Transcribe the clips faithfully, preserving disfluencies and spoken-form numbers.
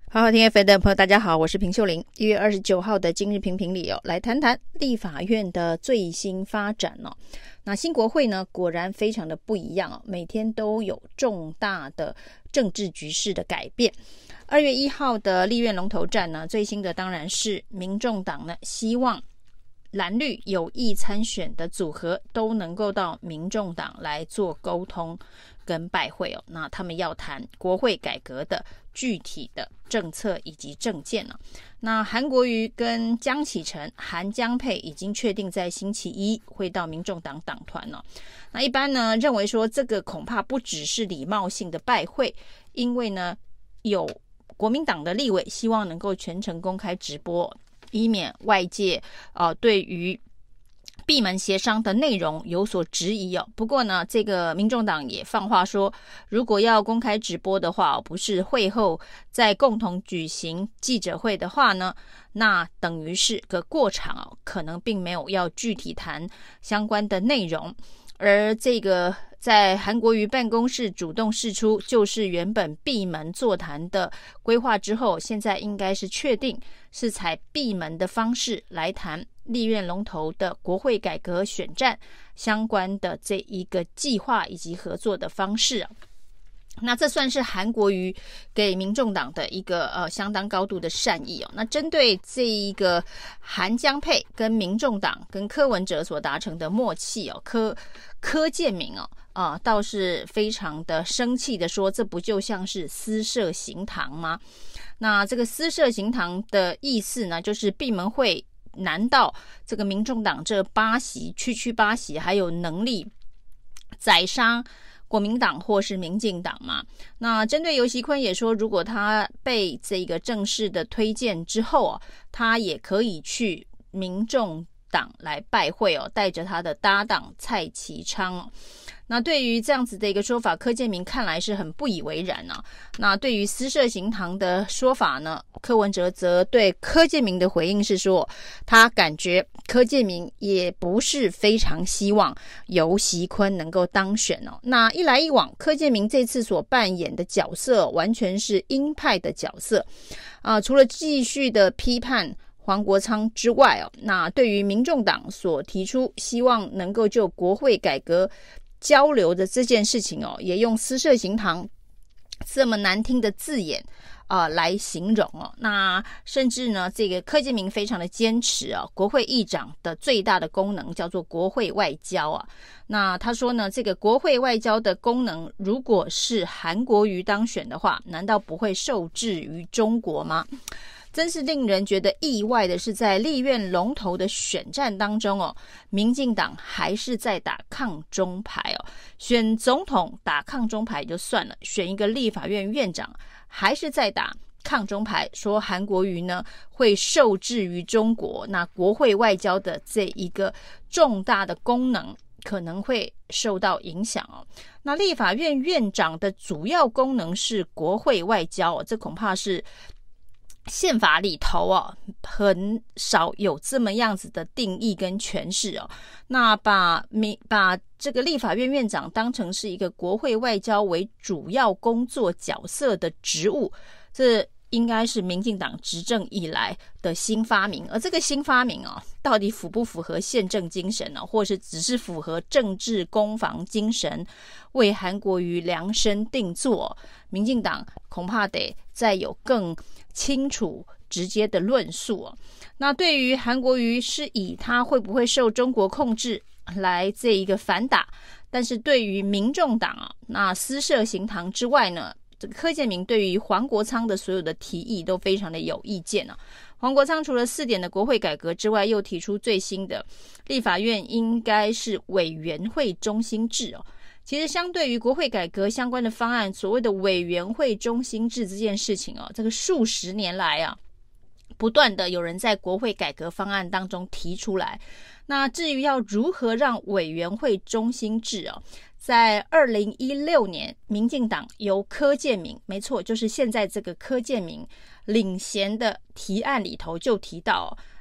好好听 F M 的朋友大家好，我是平秀玲。一月二十九号的今日评评里哦，来谈谈立法院的最新发展哦。那新国会呢，果然非常的不一样哦，每天都有重大的政治局势的改变。二月一号的立院龙头战呢，最新的当然是民众党呢希望蓝绿有意参选的组合都能够到民众党来做沟通跟拜会哦。那他们要谈国会改革的具体的政策以及政见哦。那韩国瑜跟江启臣、韩江配已经确定在星期一会到民众党党团哦。那一般呢认为说这个恐怕不只是礼貌性的拜会，因为呢有国民党的立委希望能够全程公开直播，以免外界呃对于闭门协商的内容有所质疑哦。不过呢，这个民众党也放话说，如果要公开直播的话，不是会后再共同举行记者会的话呢，那等于是个过场哦，可能并没有要具体谈相关的内容。而这个在韩国瑜办公室主动释出，就是原本闭门座谈的规划之后，现在应该是确定是采闭门的方式来谈立院龙头的国会改革选战相关的这一个计划以及合作的方式啊。那这算是韩国瑜给民众党的一个呃相当高度的善意哦。那针对这一个韩江配跟民众党跟柯文哲所达成的默契哦，柯柯建铭哦啊、呃、倒是非常的生气的说，这不就像是私设行堂吗？那这个私设行堂的意思呢，就是闭门会，难道这个民众党这八席区区八席还有能力宰杀国民党或是民进党嘛？那针对游锡堃也说，如果他被这个正式的推荐之后啊，他也可以去民众党来拜会哦，带着他的搭档蔡其昌哦。那对于这样子的一个说法，柯建铭看来是很不以为然啊。那对于私设行堂的说法呢，柯文哲则对柯建铭的回应是说，他感觉柯建铭也不是非常希望游锡堃能够当选哦。那一来一往，柯建铭这次所扮演的角色完全是鹰派的角色啊、呃，除了继续的批判黄国昌之外哦，那对于民众党所提出希望能够就国会改革交流的这件事情哦，也用私设行堂这么难听的字眼啊、呃、来形容哦。那甚至呢，这个柯建铭非常的坚持啊，国会议长的最大的功能叫做国会外交啊。那他说呢，这个国会外交的功能，如果是韩国瑜当选的话，难道不会受制于中国吗？真是令人觉得意外的是，在立院龙头的选战当中哦，民进党还是在打抗中牌哦。选总统打抗中牌就算了，选一个立法院院长还是在打抗中牌，说韩国瑜呢会受制于中国，那国会外交的这一个重大的功能可能会受到影响哦。那立法院院长的主要功能是国会外交哦，这恐怕是宪法里头哦，很少有这么样子的定义跟诠释哦。那把把这个立法院院长当成是一个国会外交为主要工作角色的职务，这应该是民进党执政以来的新发明。而这个新发明哦，到底符不符合宪政精神呢？或是只是符合政治攻防精神，为韩国瑜量身定做？民进党恐怕得再有更清楚直接的论述哦。那对于韩国瑜是以他会不会受中国控制来这一个反打，但是对于民众党啊，那私设行堂之外呢，这个柯建铭对于黄国昌的所有的提议都非常的有意见啊。黄国昌除了四点的国会改革之外，又提出最新的立法院应该是委员会中心制哦。其实相对于国会改革相关的方案，所谓的委员会中心制这件事情哦，这个数十年来啊，不断的有人在国会改革方案当中提出来。那至于要如何让委员会中心制哦，在二零一六年，民进党由柯建铭，没错，就是现在这个柯建铭领衔的提案里头就提到、哦，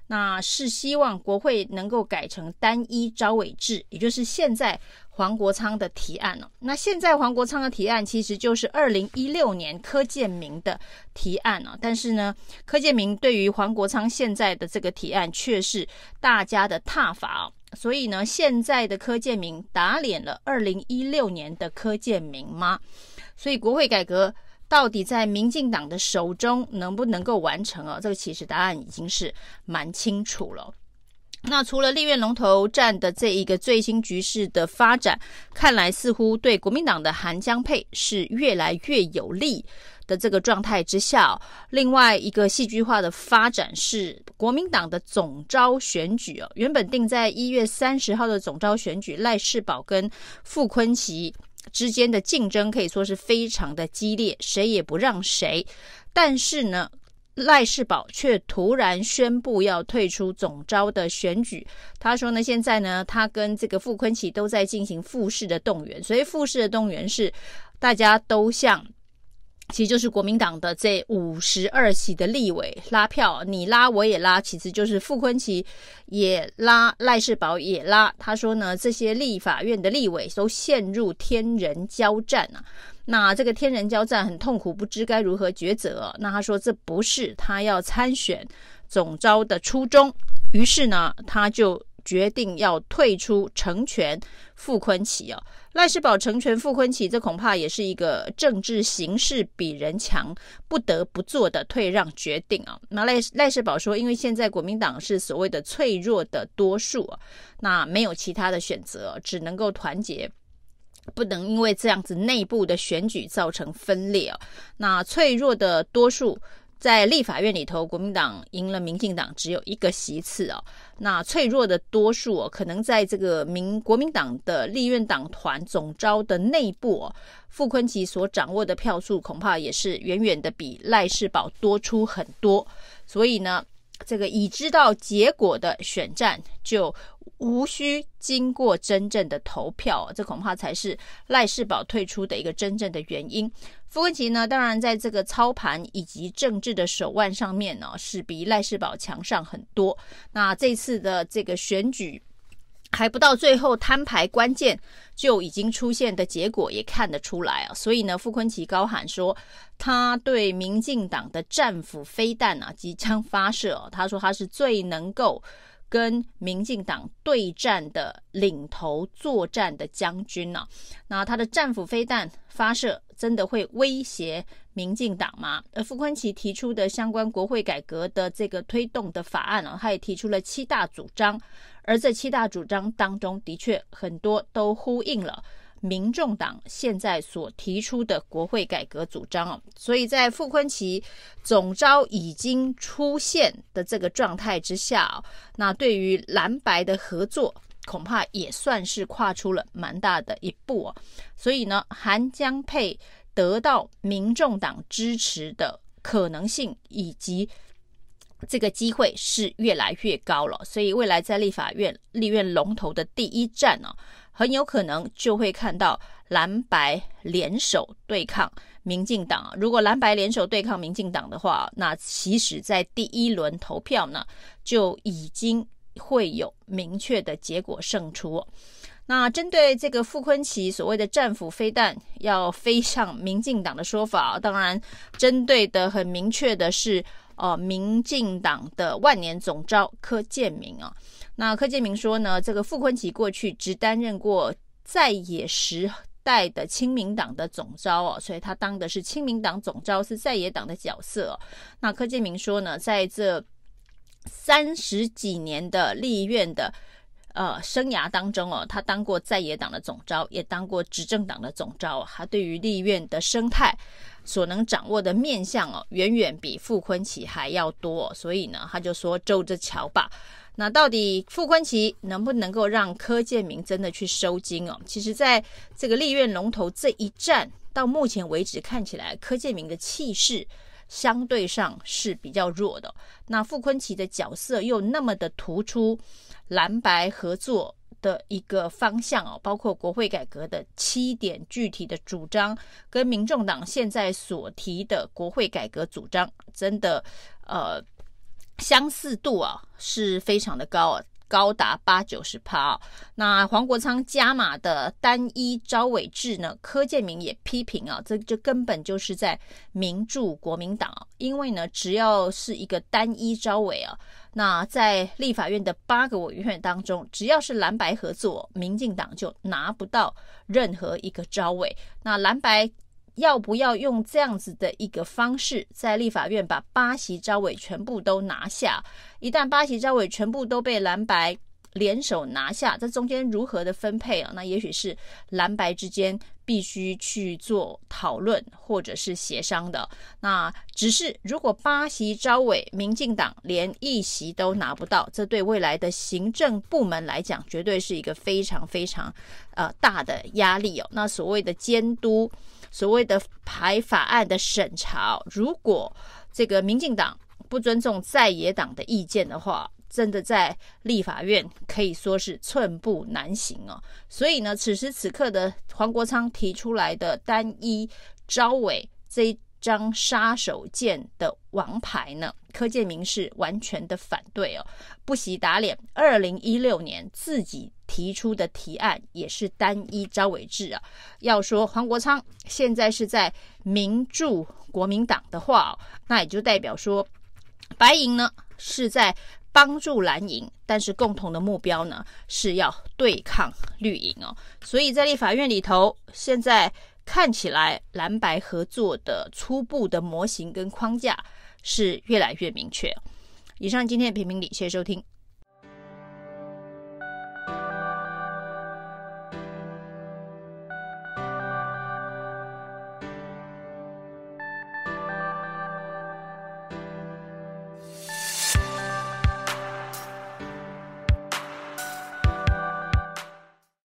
那是希望国会能够改成单一召委制，也就是现在黄国昌的提案了。那现在黄国昌的提案其实就是二零一六年柯建铭的提案啊，但是呢，柯建铭对于黄国昌现在的这个提案却是大家的挞伐哦。所以呢，现在的柯建铭打脸了二零一六年的柯建铭吗？所以国会改革到底在民进党的手中能不能够完成啊？这个其实答案已经是蛮清楚了。那除了立院龙头战的这一个最新局势的发展，看来似乎对国民党的韩江配是越来越有利的这个状态之下，另外一个戏剧化的发展是国民党的总召选举哦，原本定在一月三十号的总召选举，赖士葆跟傅崐萁之间的竞争可以说是非常的激烈，谁也不让谁。但是呢，赖士葆却突然宣布要退出总召的选举。他说呢，现在呢，他跟这个傅崐萁都在进行复式的动员，所以复式的动员是大家都向，其实就是国民党的这五十二席的立委拉票，你拉我也拉，其实就是傅崐萁也拉，赖士葆也拉。他说呢，这些立法院的立委都陷入天人交战啊。那这个天人交战很痛苦，不知该如何抉择。那他说这不是他要参选总召的初衷，于是呢，他就决定要退出成全傅崐萁哦。赖士葆成全傅崐萁，这恐怕也是一个政治形势比人强不得不做的退让决定啊。那赖赖士葆说，因为现在国民党是所谓的脆弱的多数啊，那没有其他的选择，只能够团结。不能因为这样子内部的选举造成分裂哦。那脆弱的多数在立法院里头，国民党赢了民进党只有一个席次哦。那脆弱的多数哦，可能在这个民国民党的立院党团总召的内部哦，傅崐萁所掌握的票数恐怕也是远远的比赖士葆多出很多。所以呢，这个已知道结果的选战就无需经过真正的投票，这恐怕才是赖士葆退出的一个真正的原因。傅崐萁呢，当然在这个操盘以及政治的手腕上面呢，是比赖士葆强上很多。那这次的这个选举还不到最后摊牌关键就已经出现的结果也看得出来啊。所以呢，傅崐萁高喊说，他对民进党的战斧飞弹啊即将发射哦，他说他是最能够跟民进党对战的领头作战的将军啊。那他的战斧飞弹发射真的会威胁民进党吗？而傅崐萁提出的相关国会改革的这个推动的法案啊，他也提出了七大主张，而这七大主张当中的确很多都呼应了民众党现在所提出的国会改革主张哦。所以在傅崐萁总召已经出现的这个状态之下哦，那对于蓝白的合作恐怕也算是跨出了蛮大的一步哦。所以呢，韩江配得到民众党支持的可能性以及这个机会是越来越高了。所以未来在立法院立院龙头的第一战呢，很有可能就会看到蓝白联手对抗民进党。如果蓝白联手对抗民进党的话，那其实在第一轮投票呢，就已经会有明确的结果胜出。那针对这个傅崐萁所谓的战斧飞弹要飞向民进党的说法，当然针对的很明确的是呃，民进党的万年总召柯建铭啊。那柯建铭说呢，这个傅崐萁过去只担任过在野时代的亲民党的总召哦，所以他当的是亲民党总召，是在野党的角色哦。那柯建铭说呢，在这三十几年的立院的呃，生涯当中哦，他当过在野党的总召，也当过执政党的总召。他对于立院的生态所能掌握的面向哦，远远比傅崐萁还要多。所以呢，他就说就着瞧吧。那到底傅崐萁能不能够让柯建铭真的去收金哦？其实在这个立院龙头这一战到目前为止，看起来柯建铭的气势相对上是比较弱的。那傅崐萁的角色又那么的突出，蓝白合作的一个方向哦，包括国会改革的七点具体的主张，跟民众党现在所提的国会改革主张，真的呃相似度啊是非常的高啊，高达八九十趴。那黄国昌加码的单一招委制呢，柯建铭也批评啊，这这根本就是在明助国民党啊，因为呢，只要是一个单一招委啊，那在立法院的八个委员当中，只要是蓝白合作，民进党就拿不到任何一个招委。那蓝白要不要用这样子的一个方式，在立法院把八席召委全部都拿下？一旦八席召委全部都被蓝白联手拿下，这中间如何的分配啊？那也许是蓝白之间必须去做讨论或者是协商的。那只是如果八席召委，民进党连一席都拿不到，这对未来的行政部门来讲，绝对是一个非常非常呃大的压力哦。那所谓的监督，所谓的排法案的审查，如果这个民进党不尊重在野党的意见的话，真的在立法院可以说是寸步难行哦。所以呢，此时此刻的黄国昌提出来的单一招委这一张杀手锏的王牌呢，柯建铭是完全的反对哦，不惜打脸。二零一六年自己提出的提案也是单一招委制啊。要说黄国昌现在是在民助国民党的话，那也就代表说白营呢是在帮助蓝营，但是共同的目标呢是要对抗绿营哦。所以在立法院里头，现在看起来蓝白合作的初步的模型跟框架是越来越明确。以上今天的评评理，谢谢收听。